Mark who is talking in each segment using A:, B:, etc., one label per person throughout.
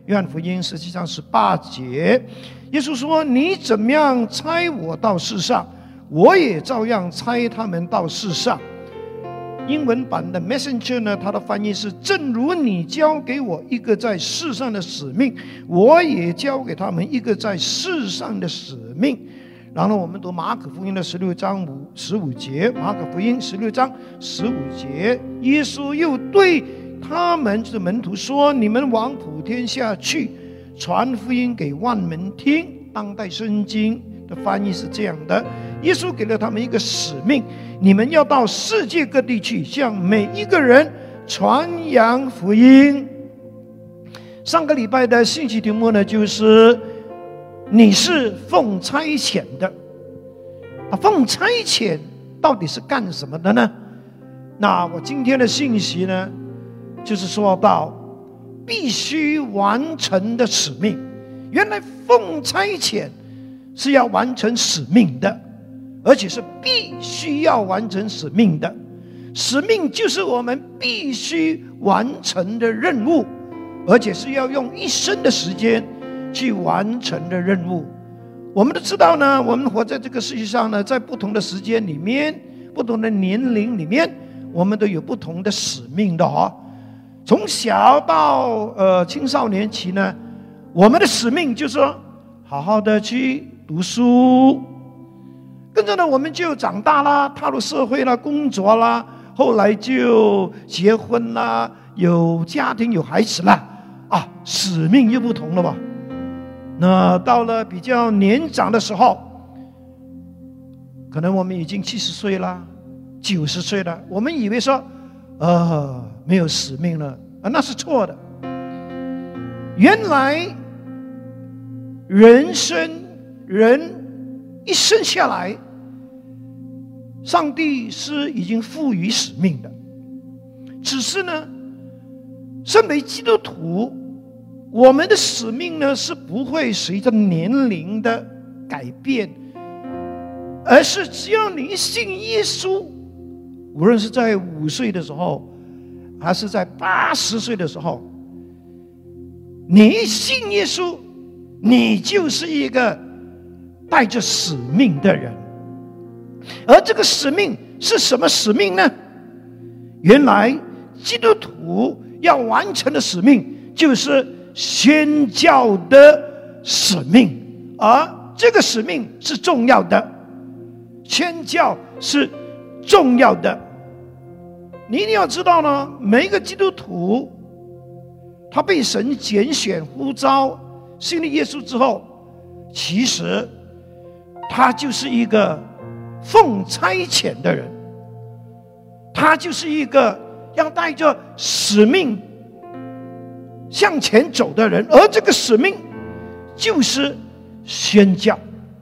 A: 约翰福音17章18节，耶稣说：“你怎么样差我到世上，我也照样差他们到世上。”英文版的 Messenger 呢，它的翻译是：“正如你交给我一个在世上的使命，我也交给他们一个在世上的使命。”然后我们读马可福音的16章15节，马可福音16章15节，耶稣又对他们的门徒说：“你们往普天下去，传福音给万民听。”当代圣经的翻译是这样的：耶稣给了他们一个使命，你们要到世界各地去，向每一个人传扬福音。上个礼拜的信息题目呢，就是你是奉差遣的。奉差遣到底是干什么的呢？那我今天的信息呢，就是说到必须完成的使命。原来奉差遣是要完成使命的，而且是必须要完成使命的。使命就是我们必须完成的任务，而且是要用一生的时间去完成的任务。我们都知道呢，我们活在这个世界上呢，在不同的时间里面，不同的年龄里面，我们都有不同的使命的哦。从小到青少年期呢，我们的使命就是说好好的去读书，跟着呢我们就长大啦，踏入社会啦，工作啦，后来就结婚啦，有家庭有孩子啦，使命又不同了吧。那到了比较年长的时候，可能我们已经70岁了，90岁了，我们以为说没有使命了，那是错的。原来人一生下来，上帝是已经赋予使命的，只是呢，身为基督徒，我们的使命呢是不会随着年龄的改变，而是只要你信耶稣，无论是在5岁的时候，还是在80岁的时候，你信耶稣，你就是一个带着使命的人。而这个使命是什么使命呢？原来基督徒要完成的使命就是宣教的使命，而这个使命是重要的，宣教是重要的。你一定要知道呢，每一个基督徒他被神拣选呼召信了耶稣之后，其实他就是一个奉差遣的人，他就是一个要带着使命向前走的人，而这个使命就是宣教。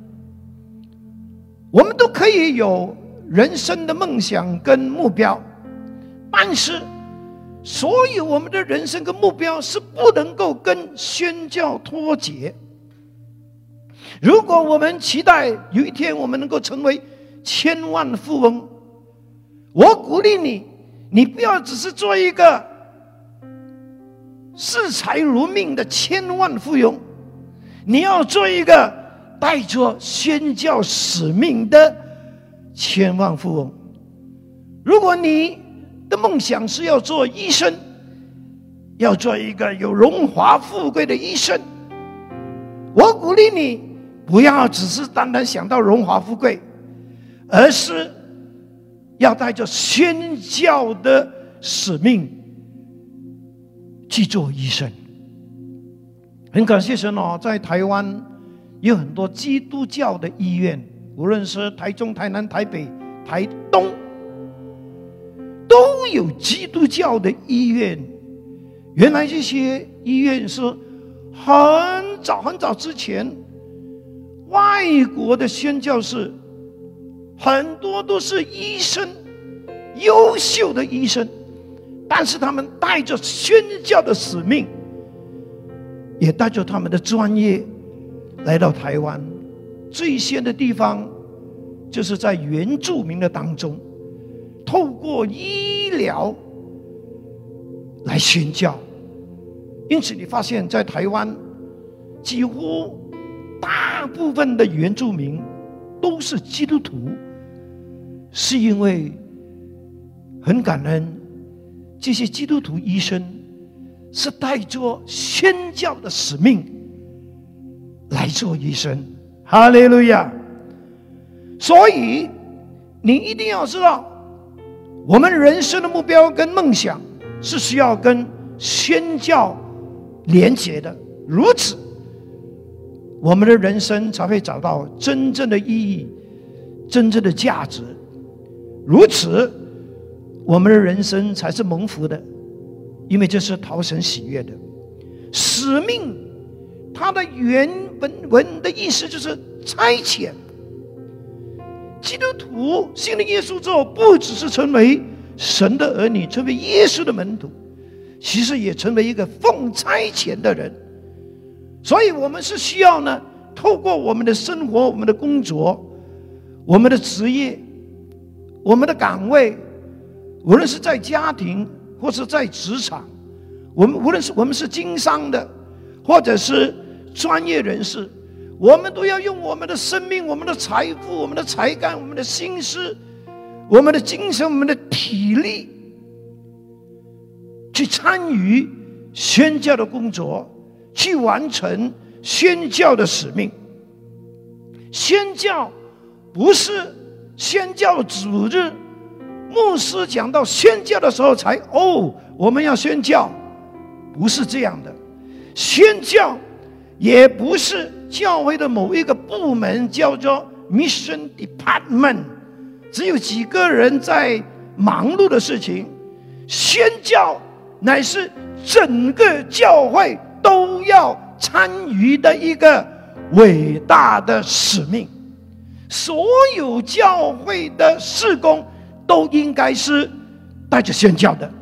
A: 我们都可以有人生的梦想跟目标，但是所有我们的人生跟目标是不能够跟宣教脱节。如果我们期待有一天我们能够成为千万富翁，我鼓励你，你不要只是做一个视财如命的千万富翁，你要做一个带着宣教使命的千万富翁。如果你的梦想是要做医生，要做一个有荣华富贵的医生，我鼓励你不要只是单单想到荣华富贵，而是要带着宣教的使命去做医生。很感谢神哦，在台湾有很多基督教的医院，无论是台中、台南、台北、台东，都有基督教的医院。原来这些医院是很早之前外国的宣教士，很多都是医生，优秀的医生，但是他们带着宣教的使命，也带着他们的专业来到台湾。最先的地方就是在原住民的当中，透过医疗来宣教。 因此你发现在台湾几乎大部分的原住民都是基督徒，是因为很感恩这些基督徒医生是带着宣教的使命来做医生。哈利路亚！所以你一定要知道，我们人生的目标跟梦想是需要跟宣教连结的，如此我们的人生才会找到真正的意义，真正的价值，如此我们的人生才是蒙福的，因为这是讨神喜悦的。使命它的原本文的意思就是差遣。基督徒信了耶稣之后，不只是成为神的儿女，成为耶稣的门徒，其实也成为一个奉差遣的人。所以我们是需要呢，透过我们的生活、我们的工作、我们的职业、我们的岗位，无论是在家庭或是在职场，无论是我们是经商的，或者是专业人士，我们都要用我们的生命、我们的财富、我们的才干、我们的心思、我们的精神、我们的体力，去参与宣教的工作，去完成宣教的使命。宣教不是宣教主日牧师讲到宣教的时候才我们要宣教，不是这样的。宣教也不是教会的某一个部门叫做 Mission Department， 只有几个人在忙碌的事情。宣教乃是整个教会都要参与的一个伟大的使命。所有教会的事工都应该是带着宣教的。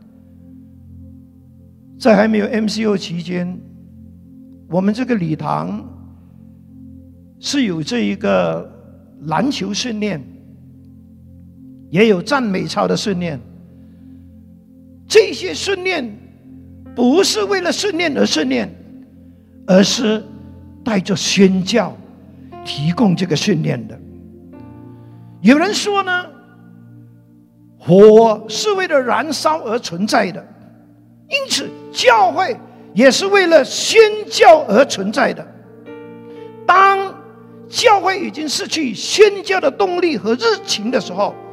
A: 在还没有 MCO 期间，我们这个礼堂是有这一个篮球训练，也有赞美操的训练。这些训练不是为了训练而训练，而是带着宣教提供这个训练的。有人说呢，火是为了燃烧而存在的，因此教会也是为了宣教而存在的。当教会已经失去宣教的动力和热情的时候，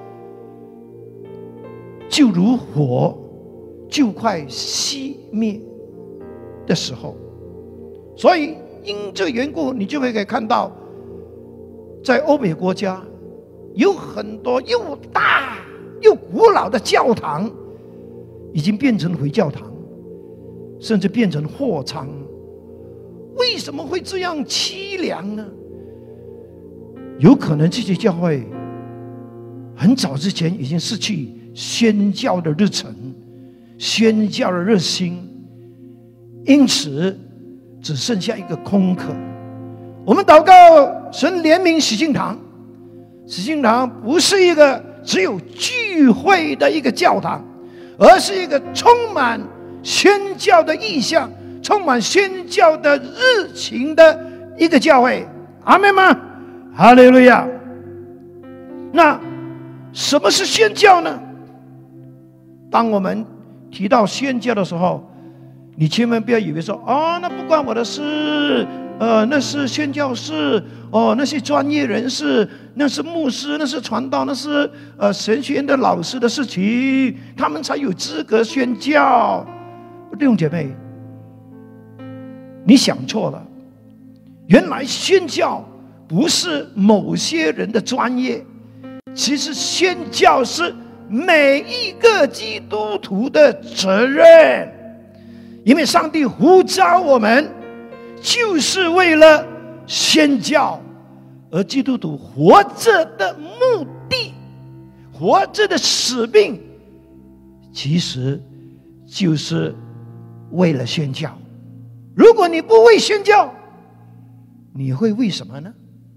A: 就如火就快熄灭的时候。所以因这个缘故，你就会可以看到在欧美国家有很多又大又古老的教堂已经变成回教堂，甚至变成货仓。为什么会这样凄凉呢？有可能这些教会很早之前已经失去宣教的热忱、宣教的热心，因此只剩下一个空壳。我们祷告神怜悯喜信堂。喜信堂不是一个只有聚会的一个教堂，而是一个充满宣教的意向、充满宣教的热情的一个教会。阿们吗？哈利路亚。那什么是宣教呢？当我们提到宣教的时候，你千万不要以为说那不关我的事，那是宣教士，那些专业人士，那是牧师，那是传道，那是神学院的老师的事情，他们才有资格宣教。弟兄姐妹，你想错了。原来宣教不是某些人的专业，其实宣教是每一个基督徒的责任。因为上帝呼召我们就是为了宣教，而基督徒活着的目的、活着的使命，其实就是为了宣教。如果你不为宣教，你会为什么呢？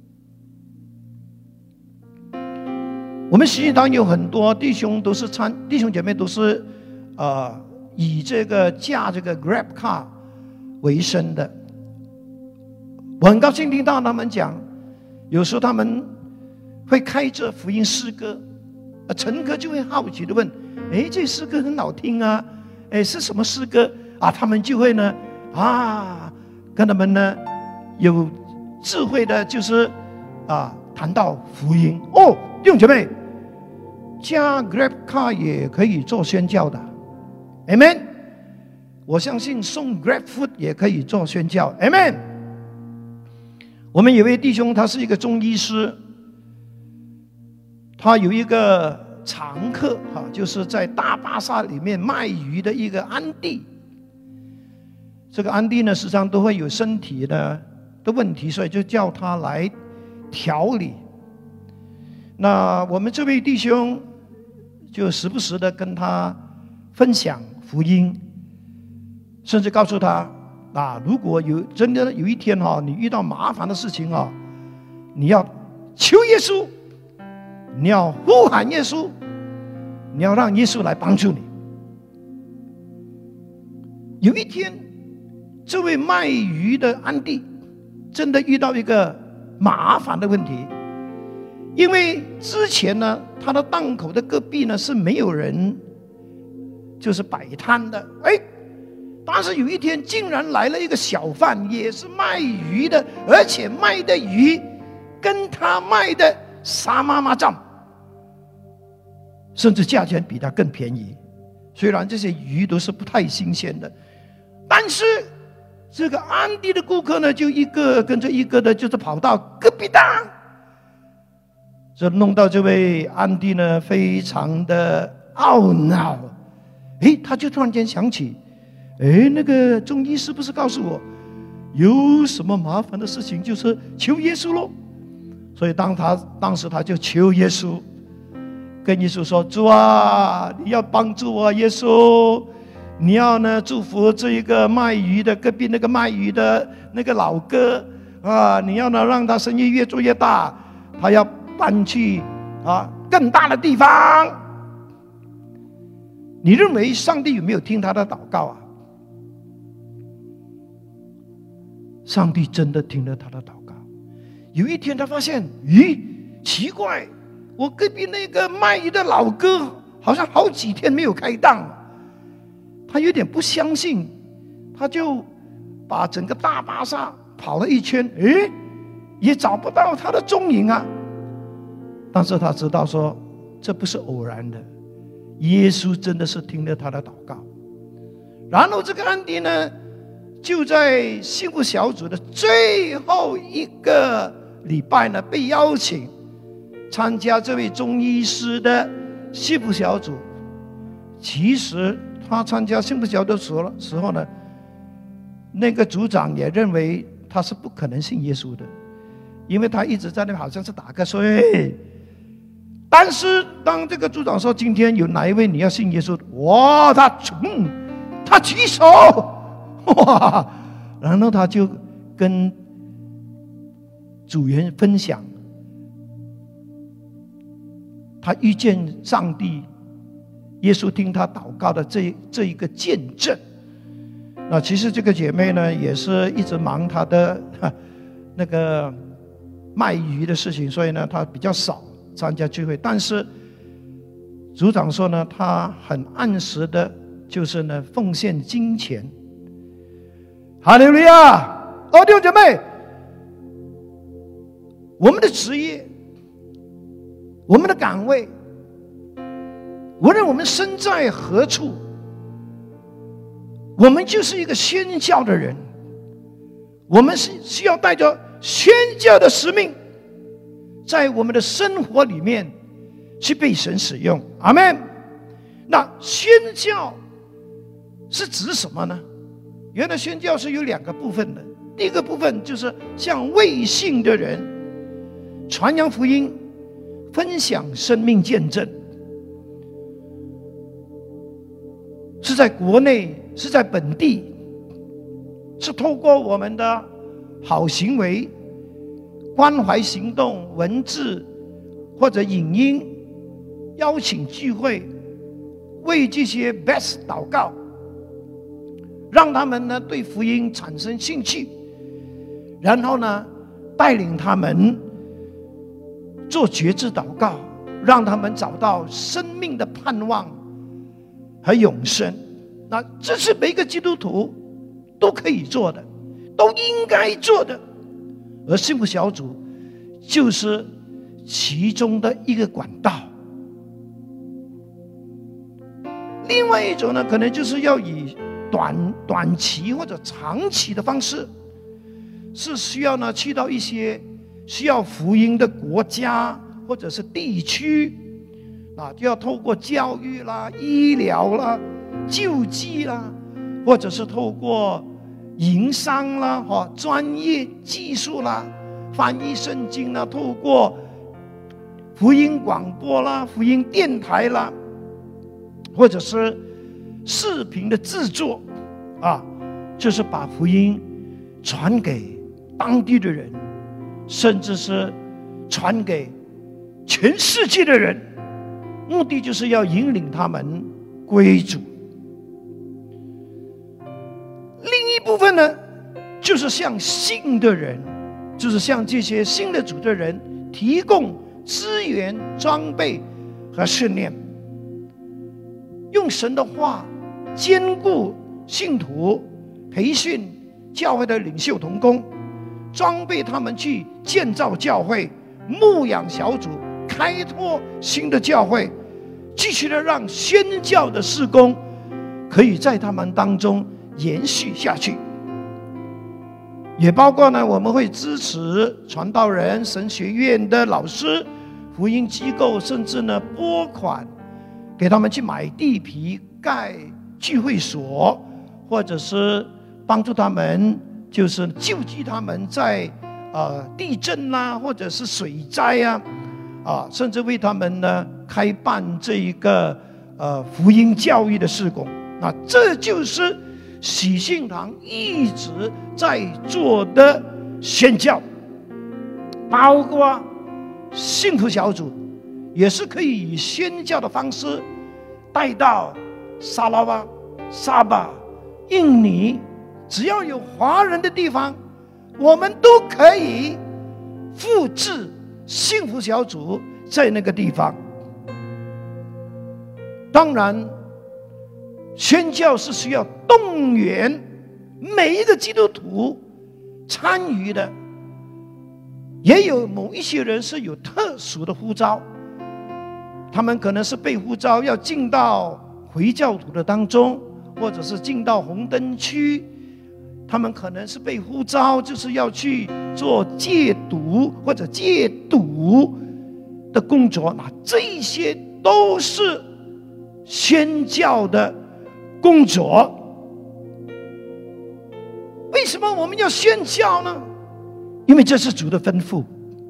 A: 我们喜信堂有很多弟兄姐妹都是以这个驾这个 Grab car 为生的。我很高兴听到他们讲，有时候他们会开着福音诗歌，乘客就会好奇的问：这诗歌很好听啊，是什么诗歌啊？他们就会呢跟他们呢有智慧的，就是谈到福音。弟兄姐妹，加 Grab Car 也可以做宣教的 ，Amen。我相信送 Grab Food 也可以做宣教 ，Amen。我们有位弟兄，他是一个中医师，他有一个常客就是在大巴萨里面卖鱼的一个安迪。这个安迪呢，实际上都会有身体的问题，所以就叫他来调理。那我们这位弟兄就时不时的跟他分享福音，甚至告诉他如果真的有一天你遇到麻烦的事情你要求耶稣，你要呼喊耶稣，你要让耶稣来帮助你。有一天，这位卖鱼的安迪真的遇到一个麻烦的问题，因为之前呢，他的档口的隔壁呢是没有人就是摆摊的，但是有一天竟然来了一个小贩，也是卖鱼的，而且卖的鱼跟他卖的沙妈妈酱，甚至价钱比他更便宜。虽然这些鱼都是不太新鲜的，但是这个安迪的顾客呢，就一个跟着一个的，就是跑到隔壁档，这弄到这位安迪呢非常的懊恼。他就突然间想起，那个中医是不是告诉我，有什么麻烦的事情就是求耶稣咯？所以当时他就求耶稣，跟耶稣说：主啊，你要帮助我，耶稣，你要呢祝福这一个卖鱼的隔壁那个卖鱼的那个老哥你要呢让他生意越做越大，他要搬去更大的地方。你认为上帝有没有听他的祷告上帝真的听了他的祷告。有一天他发现，奇怪，我隔壁那个卖鱼的老哥好像好几天没有开档，他有点不相信，他就把整个大巴萨跑了一圈，也找不到他的踪影但是他知道说，这不是偶然的，耶稣真的是听了他的祷告。然后这个安迪呢，就在幸福小组的最后一个礼拜呢，被邀请参加这位中医师的幸福小组。其实他参加幸福小组的时候呢，那个组长也认为他是不可能信耶稣的，因为他一直在那好像是打瞌睡。但是当这个组长说今天有哪一位你要信耶稣，哇，他举手，哇，然后他就跟组员分享他遇见上帝，耶稣听他祷告的这一个见证。那其实这个姐妹呢，也是一直忙她的那个卖鱼的事情，所以呢，她比较少参加聚会。但是组长说呢，她很按时的，就是呢奉献金钱。哈利路亚！弟兄姐妹，我们的职业，我们的岗位，无论我们身在何处，我们就是一个宣教的人。我们是需要带着宣教的使命，在我们的生活里面去被神使用。阿们。那宣教是指什么呢？原来宣教是有两个部分的。第一个部分就是向未信的人传扬福音，分享生命见证，是在国内，是在本地，是透过我们的好行为、关怀行动、文字或者影音，邀请聚会，为这些 best 祷告， 让他们呢对福音产生兴趣，然后呢带领他们做觉知祷告，让他们找到生命的盼望和永生。那这是每个基督徒都可以做的，都应该做的。而幸福小组就是其中的一个管道。另外一种呢，可能就是要以短期或者长期的方式，是需要呢去到一些需要福音的国家或者是地区，就要透过教育啦、医疗啦、救济啦，或者是透过营商啦、专业技术啦、翻译圣经啦，透过福音广播啦、福音电台啦，或者是视频的制作就是把福音传给当地的人，甚至是传给全世界的人，目的就是要引领他们归主。另一部分呢，就是向信的人，就是向这些信的主的人提供资源、装备和训练，用神的话兼顾信徒，培训教会的领袖同工，装备他们去建造教会、牧养小组、开拓新的教会，继续的让宣教的事工可以在他们当中延续下去。也包括呢，我们会支持传道人、神学院的老师、福音机构，甚至呢拨款给他们去买地皮盖聚会所，或者是帮助他们，就是救济他们在地震啦，或者是水灾甚至为他们呢开办这一个福音教育的事工。那这就是喜信堂一直在做的宣教，包括幸福小组也是可以以宣教的方式带到沙拉瓦、沙巴、印尼，只要有华人的地方，我们都可以复制幸福小组在那个地方。当然宣教是需要动员每一个基督徒参与的，也有某一些人是有特殊的呼召，他们可能是被呼召要进到回教徒的当中，或者是进到红灯区，他们可能是被呼召就是要去做戒毒或者戒毒的工作，那这些都是宣教的工作。为什么我们要宣教呢？因为这是主的吩咐。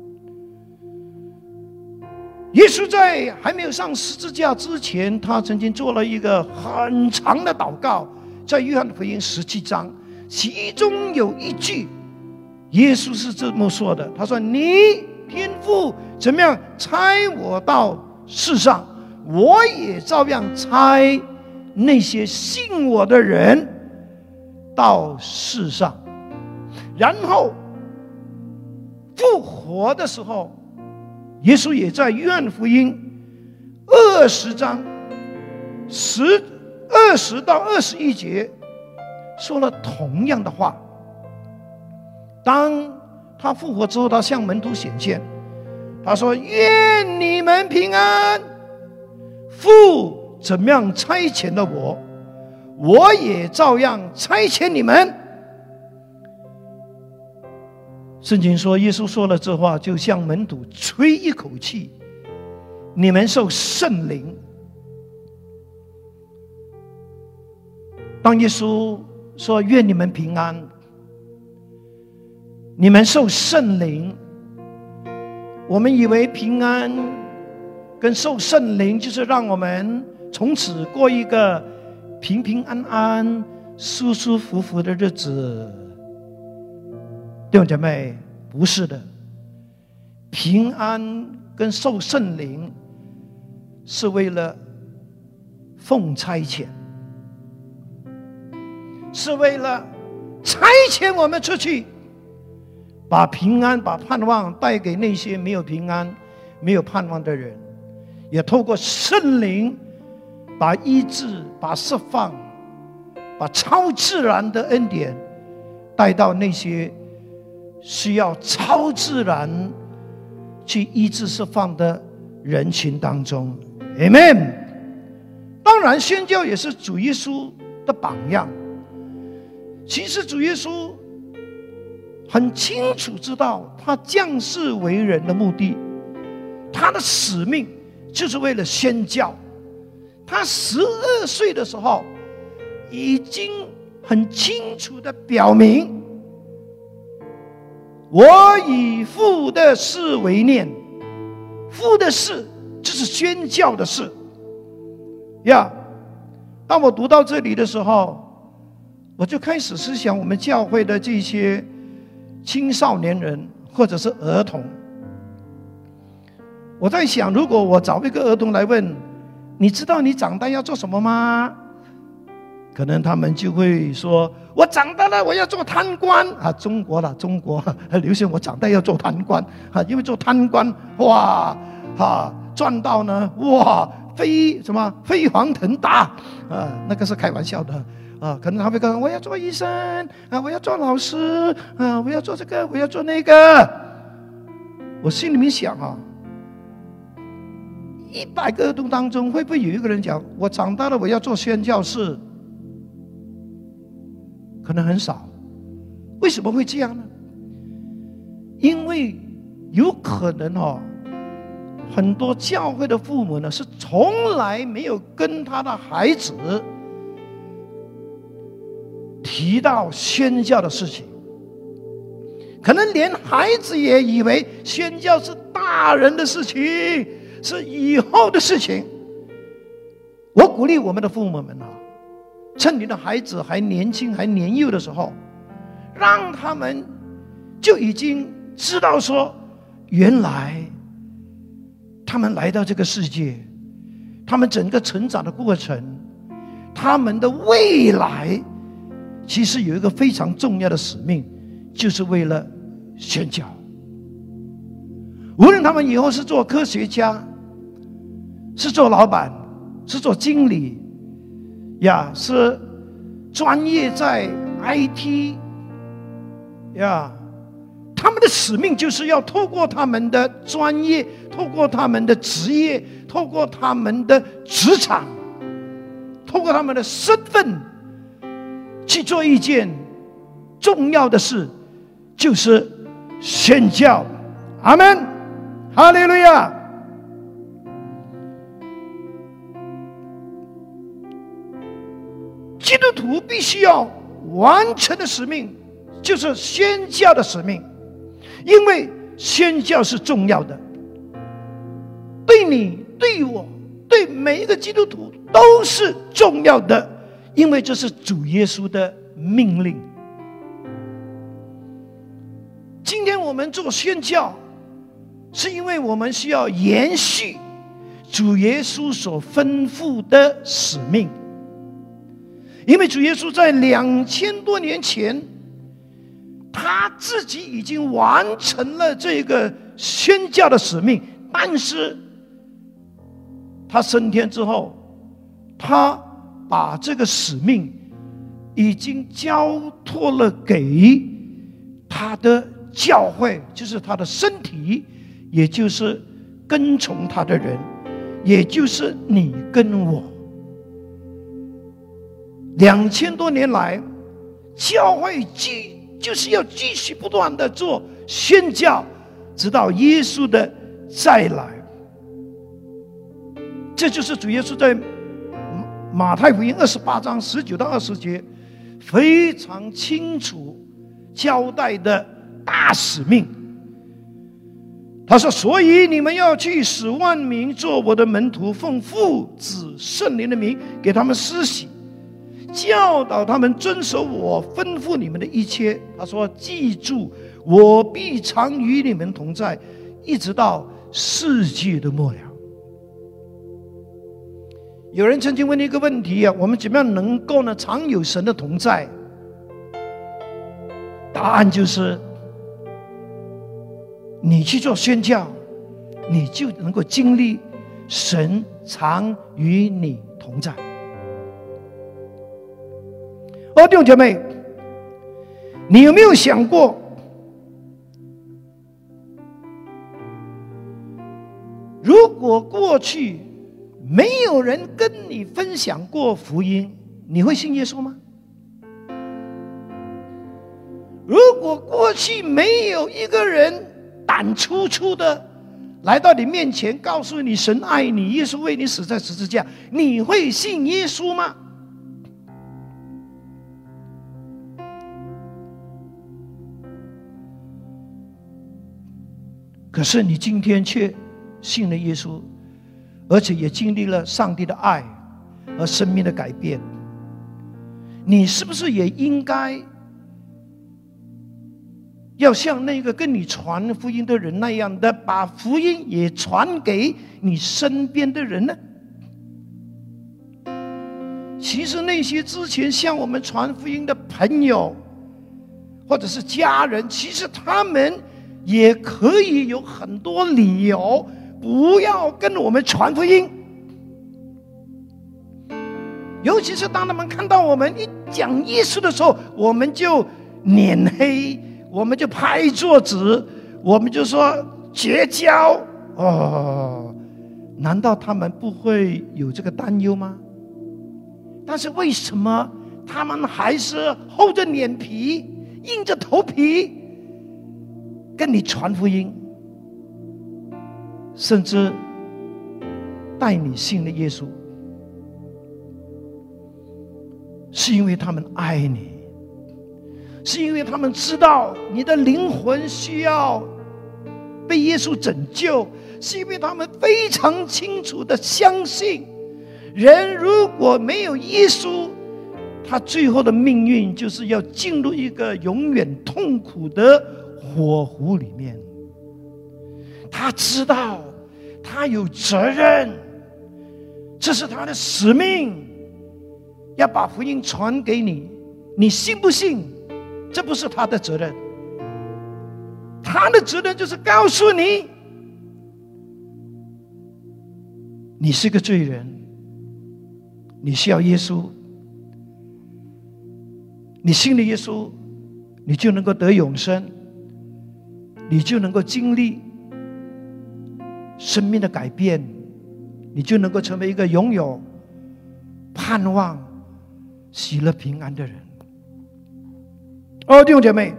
A: 耶稣在还没有上十字架之前，他曾经做了一个很长的祷告，在约翰福音17章，其中有一句耶稣是这么说的，他说：你天父怎么样差我到世上，我也照样差那些信我的人到世上。然后复活的时候，耶稣也在约翰福音20章20到21节说了同样的话。当他复活之后，他向门徒显现，他说：愿你们平安，父怎么样差遣了我，我也照样差遣你们。圣经说，耶稣说了这话，就向门徒吹一口气，你们受圣灵。当耶稣说愿你们平安，你们受圣灵，我们以为平安跟受圣灵就是让我们从此过一个平平安安、舒舒服服的日子。弟兄姐妹，不是的，平安跟受圣灵是为了奉差遣。 是为了差遣我们出去，把平安、把盼望带给那些没有平安、没有盼望的人，也透过圣灵把医治、把释放、把超自然的恩典带到那些需要超自然去医治释放的人群当中。 Amen。 当然宣教也是主耶稣的榜样。其实主耶稣很清楚知道他降世为人的目的，他的使命就是为了宣教。他12岁的时候已经很清楚地表明，我以父的事为念。父的事就是宣教的事呀。当我读到这里的时候，我就开始思想我们教会的这些青少年人或者是儿童。我在想，如果我找一个儿童来问，你知道你长大要做什么吗？可能他们就会说，我长大了我要做贪官啊！中国流行我长大要做贪官啊，因为做贪官哇赚到呢哇飞黄腾达啊，那个是开玩笑的啊。可能他会跟我要做医生啊，我要做老师啊，我要做这个，我要做那个。我心里面想啊，100个儿童当中，会不会有一个人讲，我长大了我要做宣教士？可能很少。为什么会这样呢？因为有可能很多教会的父母呢，是从来没有跟他的孩子提到宣教的事情，可能连孩子也以为宣教是大人的事情，是以后的事情。我鼓励我们的父母们趁你的孩子还年轻还年幼的时候，让他们就已经知道说，原来他们来到这个世界，他们整个成长的过程，他们的未来其实有一个非常重要的使命，就是为了宣教。无论他们以后是做科学家，是做老板，是做经理呀，是专业在 IT 呀，他们的使命就是要透过他们的专业，透过他们的职业，透过他们的职场，透过他们的身份，去做一件重要的事，就是宣教。阿们，哈利路亚。基督徒必须要完成的使命，就是宣教的使命。因为宣教是重要的，对你、对我、对每一个基督徒都是重要的，因为这是主耶稣的命令。今天我们做宣教，是因为我们需要延续主耶稣所吩咐的使命。因为主耶稣在2000多年前，他自己已经完成了这个宣教的使命，但是他升天之后，他把这个使命已经交托了给他的教会，就是他的身体，也就是跟从他的人，也就是你跟我。2000多年来，教会就是要继续不断的做宣教，直到耶稣的再来。这就是主耶稣在马太福音28章19到20节非常清楚交代的大使命。他说，所以你们要去使万民做我的门徒，奉父子圣灵的名给他们施洗，教导他们遵守我吩咐你们的一切。他说，记住，我必常与你们同在，一直到世界的末了。有人曾经问一个问题我们怎么样能够常有神的同在？ 答案就是你去做宣教，你就能够经历神常与你同在。弟兄姐妹，你有没有想过，如果过去没有人跟你分享过福音，你会信耶稣吗？如果过去没有一个人胆粗粗的来到你面前告诉你神爱你，耶稣为你死在十字架，你会信耶稣吗？可是你今天却信了耶稣，而且也经历了上帝的爱和生命的改变，你是不是也应该要像那个跟你传福音的人那样的，把福音也传给你身边的人呢？其实那些之前向我们传福音的朋友或者是家人，其实他们也可以有很多理由不要跟我们传福音，尤其是当他们看到我们一讲耶稣的时候，我们就脸黑，我们就拍桌子，我们就说绝交。难道他们不会有这个担忧吗？但是为什么他们还是厚着脸皮硬着头皮跟你传福音，甚至带你信了耶稣？是因为他们爱你，是因为他们知道你的灵魂需要被耶稣拯救，是因为他们非常清楚的相信，人如果没有耶稣，他最后的命运就是要进入一个永远痛苦的火湖里面。他知道他有责任，这是他的使命，要把福音传给你，你信不信这不是他的责任，他的责任就是告诉你，你是个罪人，你需要耶稣，你信了耶稣，你就能够得永生，你就能够经历生命的改变，你就能够成为一个拥有盼望、喜乐、平安的人。弟兄姐妹，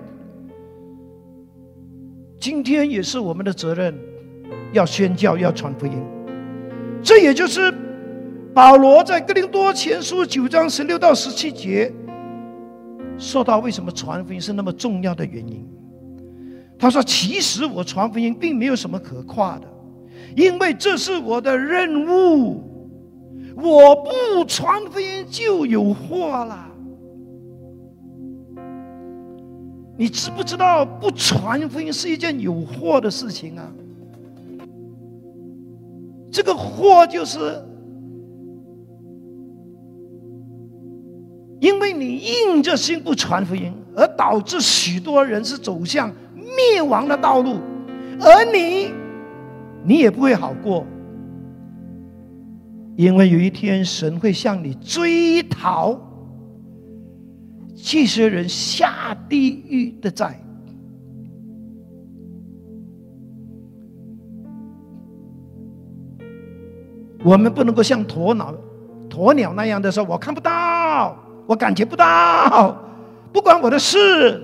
A: 今天也是我们的责任，要宣教，要传福音。这也就是保罗在哥林多前书9章16到17节说到为什么传福音是那么重要的原因。他说，其实我传福音并没有什么可夸的，因为这是我的任务，我不传福音就有祸了。你知不知道不传福音是一件有祸的事情啊？这个祸就是因为你硬着心不传福音，而导致许多人是走向灭亡的道路，而你也不会好过，因为有一天神会向你追讨这些人下地狱的债。我们不能够像鸵鸟那样的说，我看不到，我感觉不到，不关我的事。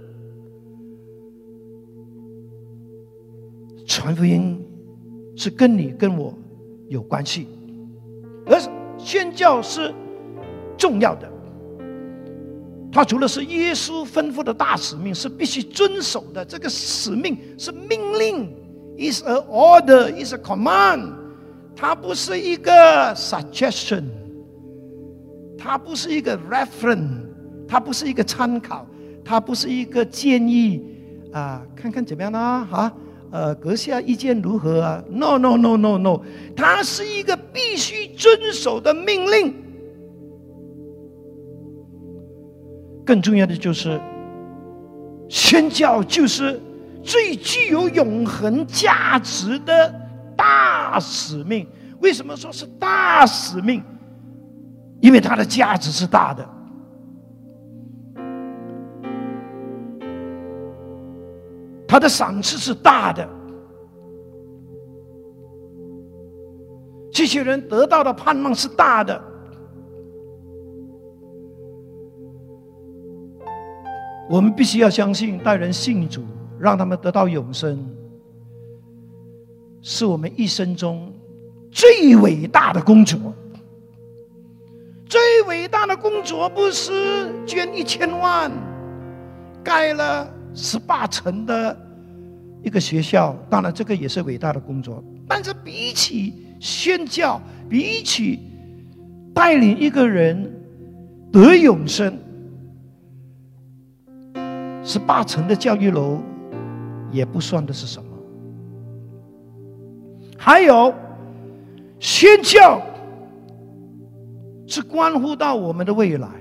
A: 传福音是跟你跟我有关系，而宣教是重要的。它除了是耶稣吩咐的大使命，是必须遵守的，这个使命是命令 ，is a order, is a command， 它不是一个 suggestion， 它不是一个 reference， 它不是一个参考，它不是一个建议看看怎么样啦阁下意见如何啊 ？No No No No No， 它是一个必须遵守的命令。更重要的就是， 宣教就是最具有永恒价值的大使命。为什么说是大使命？因为它的价值是大的。他的赏赐是大的，这些人得到的盼望是大的。我们必须要相信，带人信主，让他们得到永生，是我们一生中最伟大的工作。最伟大的工作不是捐1000万，盖了18层的一个学校，当然这个也是伟大的工作，但是比起宣教，比起带领一个人得永生，18层的教育楼也不算的是什么。还有宣教是关乎到我们的未来。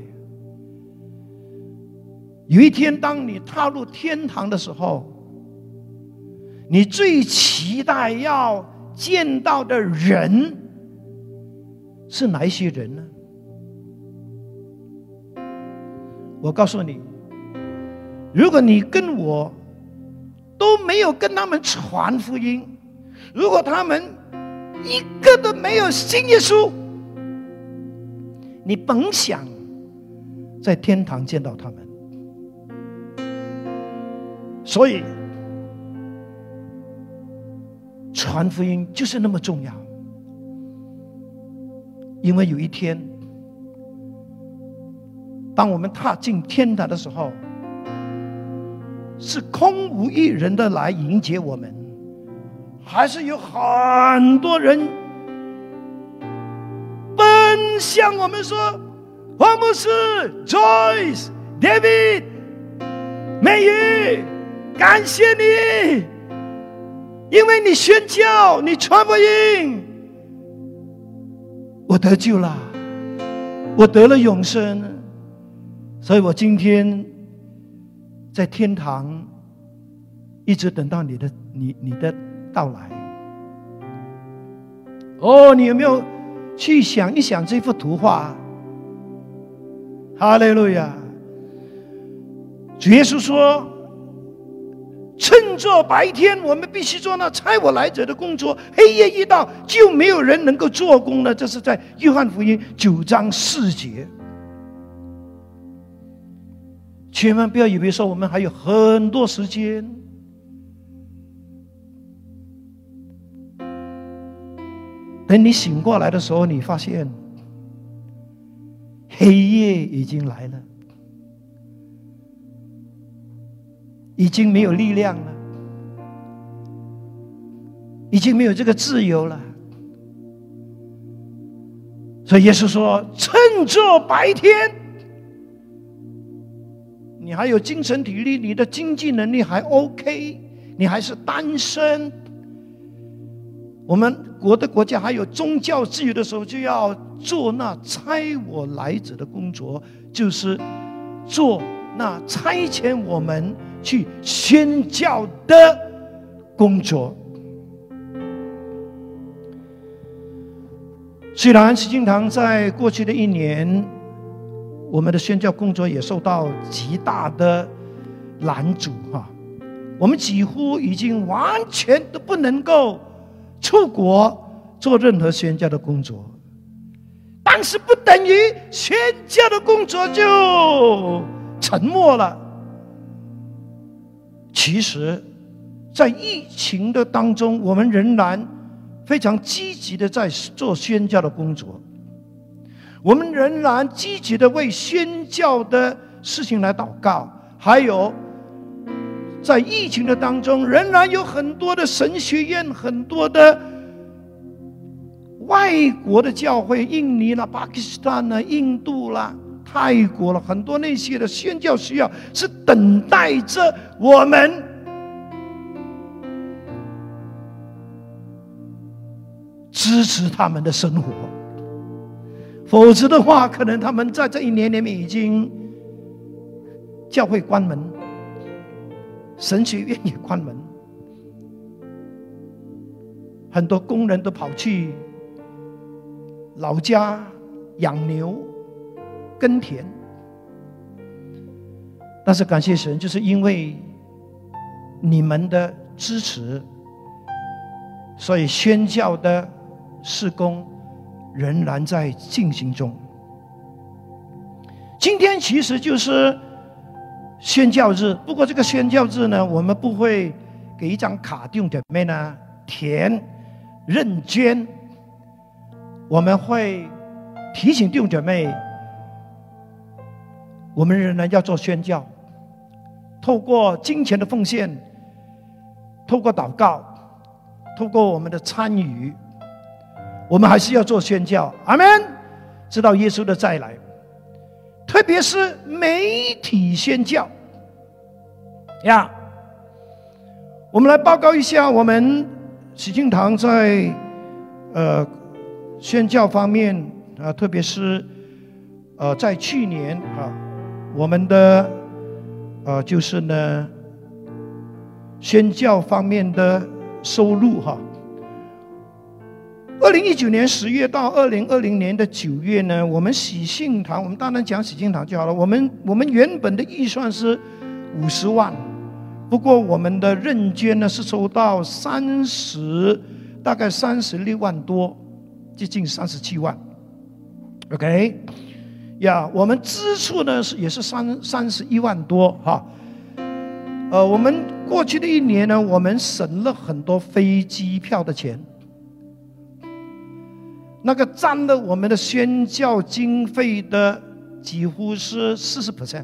A: 有一天当你踏入天堂的时候，你最期待要见到的人是哪一些人呢？我告诉你，如果你跟我都没有跟他们传福音，如果他们一个都没有信耶稣，你甭想在天堂见到他们。所以传福音就是那么重要，因为有一天当我们踏进天堂的时候，是空无一人的来迎接我们，还是有很多人奔向我们说，黄牧师、Joyce、David、美玉，感谢你，因为你宣教，你传福音，我得救了，我得了永生，所以我今天在天堂一直等到你的到来。哦，你有没有去想一想这幅图画？哈利路亚！主耶稣说，趁着白天我们必须做那差我来者的工作，黑夜一到就没有人能够做工了。这是在约翰福音9章4节。千万不要以为说我们还有很多时间，等你醒过来的时候，你发现黑夜已经来了，已经没有力量了，已经没有这个自由了。所以耶稣说，趁着白天你还有精神体力，你的经济能力还 OK， 你还是单身，我们国家还有宗教自由的时候，就要做那差我来者的工作，就是做那差遣我们去宣教的工作。虽然慈济堂在过去的1年，我们的宣教工作也受到极大的拦阻我们几乎已经完全都不能够出国做任何宣教的工作，但是不等于宣教的工作就沉默了。其实在疫情的当中，我们仍然非常积极的在做宣教的工作，我们仍然积极的为宣教的事情来祷告，还有在疫情的当中，仍然有很多的神学院，很多的外国的教会，印尼啦、巴基斯坦啦、印度啦、泰国了，很多那些的宣教需要是等待着我们支持他们的生活。否则的话，可能他们在这1年里面已经教会关门， 神学院也关门，很多工人都跑去老家养牛、耕田。但是感谢神，就是因为你们的支持，所以宣教的事工仍然在进行中。今天其实就是宣教日，不过这个宣教日呢，我们不会给一张卡弟兄姐妹呢填认捐，我们会提醒弟兄姐妹，我们仍然要做宣教，透过金钱的奉献，透过祷告，透过我们的参与，我们还是要做宣教。阿们，直到耶稣的再来。特别是媒体宣教呀，我们来报告一下我们喜庆堂在宣教方面特别是在去年我们的就是呢宣教方面的收入2019年10月到2020年的9月呢，我们喜庆堂，我们当然讲喜庆堂就好了。我们原本的预算是50万，不过我们的认捐呢是收到大概36万多，接近37万。OK， 呀，我们支出呢也是31万多我们过去的一年呢，我们省了很多飞机票的钱。那个占了我们的宣教经费的几乎是40%，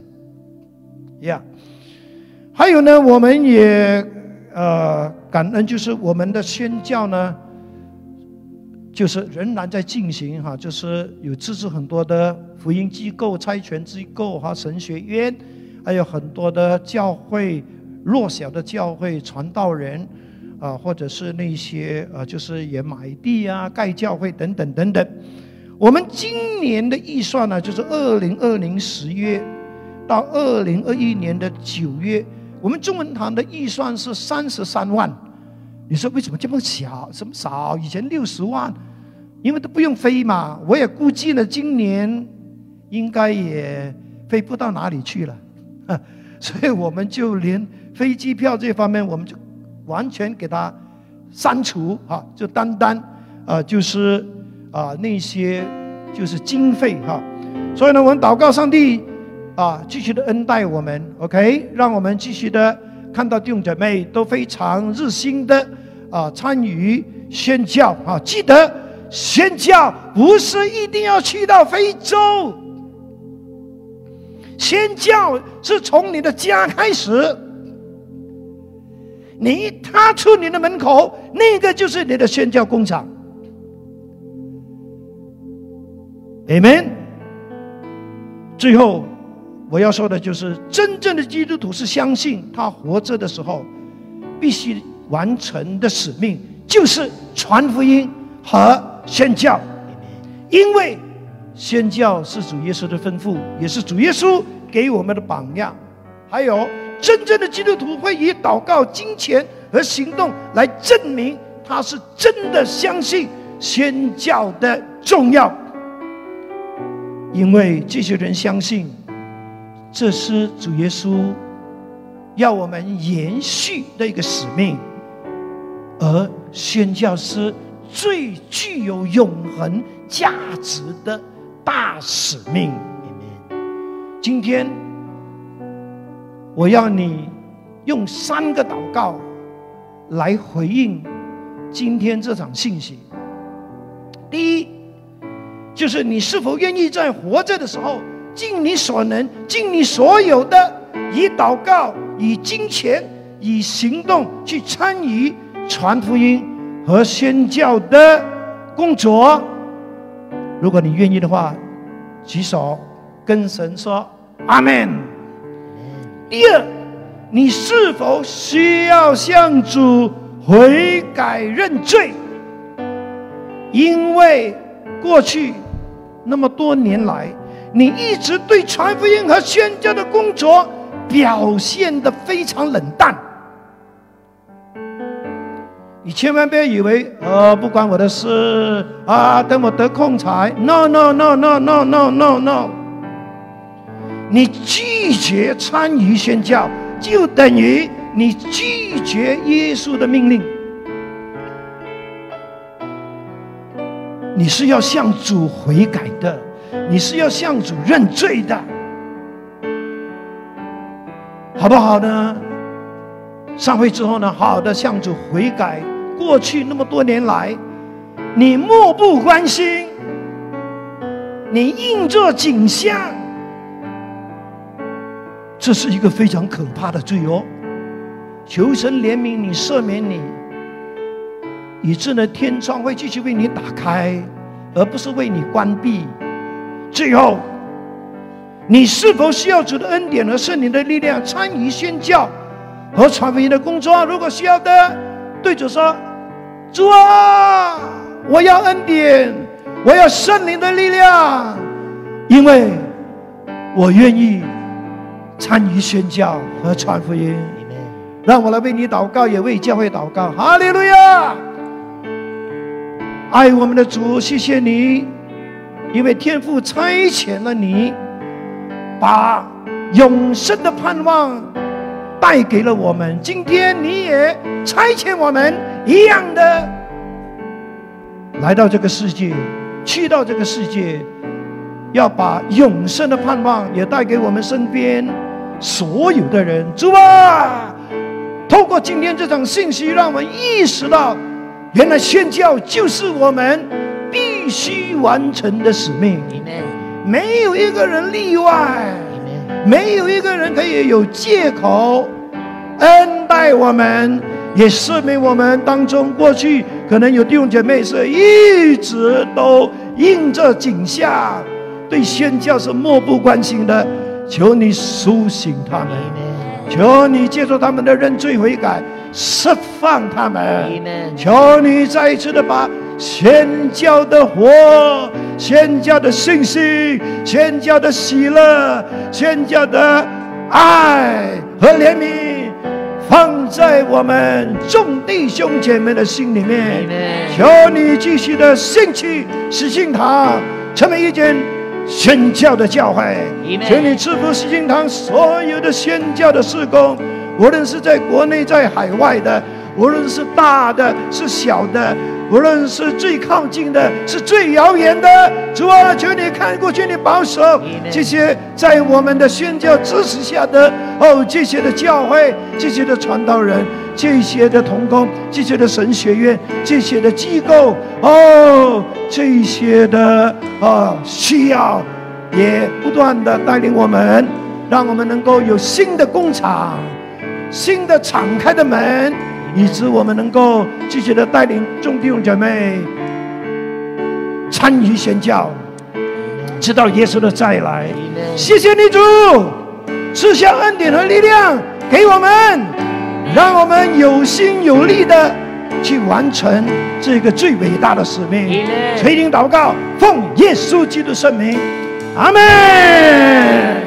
A: 还有呢，我们也感恩，就是我们的宣教呢，就是仍然在进行就是有支持很多的福音机构、差传机构神学院，还有很多的教会、弱小的教会、传道人。或者是那些就是也买地盖教会等等等等。我们今年的预算呢，就是2020 10月到2021年的9月，我们中文堂的预算是33万。你说为什么这么小？这么少？以前60万，因为都不用飞嘛。我也估计了，今年应该也飞不到哪里去了，所以我们就连飞机票这方面，我们就完全给它删除就单单就是那些就是经费所以呢，我们祷告上帝继续的恩待我们 ，OK， 让我们继续的看到弟兄姐妹都非常热心的参与宣教记得宣教不是一定要去到非洲，宣教是从你的家开始。你一踏出你的门口，那个就是你的宣教工厂。Amen。最后我要说的就是，真正的基督徒是相信他活着的时候必须完成的使命，就是传福音和宣教。因为宣教是主耶稣的吩咐，也是主耶稣给我们的榜样。还有真正的基督徒会以祷告、金钱和行动来证明他是真的相信宣教的重要，因为这些人相信这是主耶稣要我们延续的一个使命，而宣教是最具有永恒价值的大使命。今天我要你用3个祷告来回应今天这场信息。第一，就是你是否愿意在活着的时候尽你所能，尽你所有的，以祷告、以金钱、以行动去参与传福音和宣教的工作。如果你愿意的话，举手跟神说阿们。第二，你是否需要向主悔改认罪？因为过去那么多年来，你一直对传福音和宣教的工作表现得非常冷淡。 你千万别以为不关我的事啊，等我得空才。No no no no no no no no。你拒绝参与宣教，就等于你拒绝耶稣的命令。你是要向主悔改的，你是要向主认罪的，好不好呢？上会之后呢，好好的向主悔改。过去那么多年来，你漠不关心，你硬做景象，这是一个非常可怕的罪哦。求神怜悯你，赦免你，以致呢天窗会继续为你打开，而不是为你关闭。最后，你是否需要主的恩典和圣灵的力量参与宣教和传福音的工作？如果需要的，对主说：主啊，我要恩典，我要圣灵的力量，因为我愿意参与宣教和传福音。让我来为你祷告，也为教会祷告。哈利路亚！爱我们的主，谢谢你，因为天父差遣了你，把永生的盼望带给了我们。今天你也差遣我们一样的来到这个世界，去到这个世界，要把永生的盼望也带给我们身边所有的人。主啊，透过今天这场信息，让我们意识到，原来宣教就是我们必须完成的使命。没有一个人例外，没有一个人可以有借口。恩待我们，也赦免我们当中过去可能有弟兄姐妹是一直都应着景象，对宣教是漠不关心的。求你苏醒他们，求你借助他们的认罪悔改释放他们，求你再一次的把宣教的火、宣教的信息、宣教的喜乐、宣教的爱和怜悯放在我们众弟兄姐妹的心里面。求你继续的兴起使信堂成为一间宣教的教会，求你赐福使信堂所有的宣教的事工，无论是在国内在海外的，无论是大的是小的，无论是最靠近的是最遥远的，主啊，求你看过去，你保守这些在我们的宣教支持下的这些的教会，这些的传道人，这些的同工，这些的神学院，这些的机构，这些的需要，也不断的带领我们，让我们能够有新的工厂，新的敞开的门，以致我们能够继续的带领众弟兄姐妹参与宣教，直到耶稣的再来。谢谢你主，赐下恩典和力量给我们，让我们有心有力的去完成这个最伟大的使命。垂听祷告，奉耶稣基督圣名，阿们。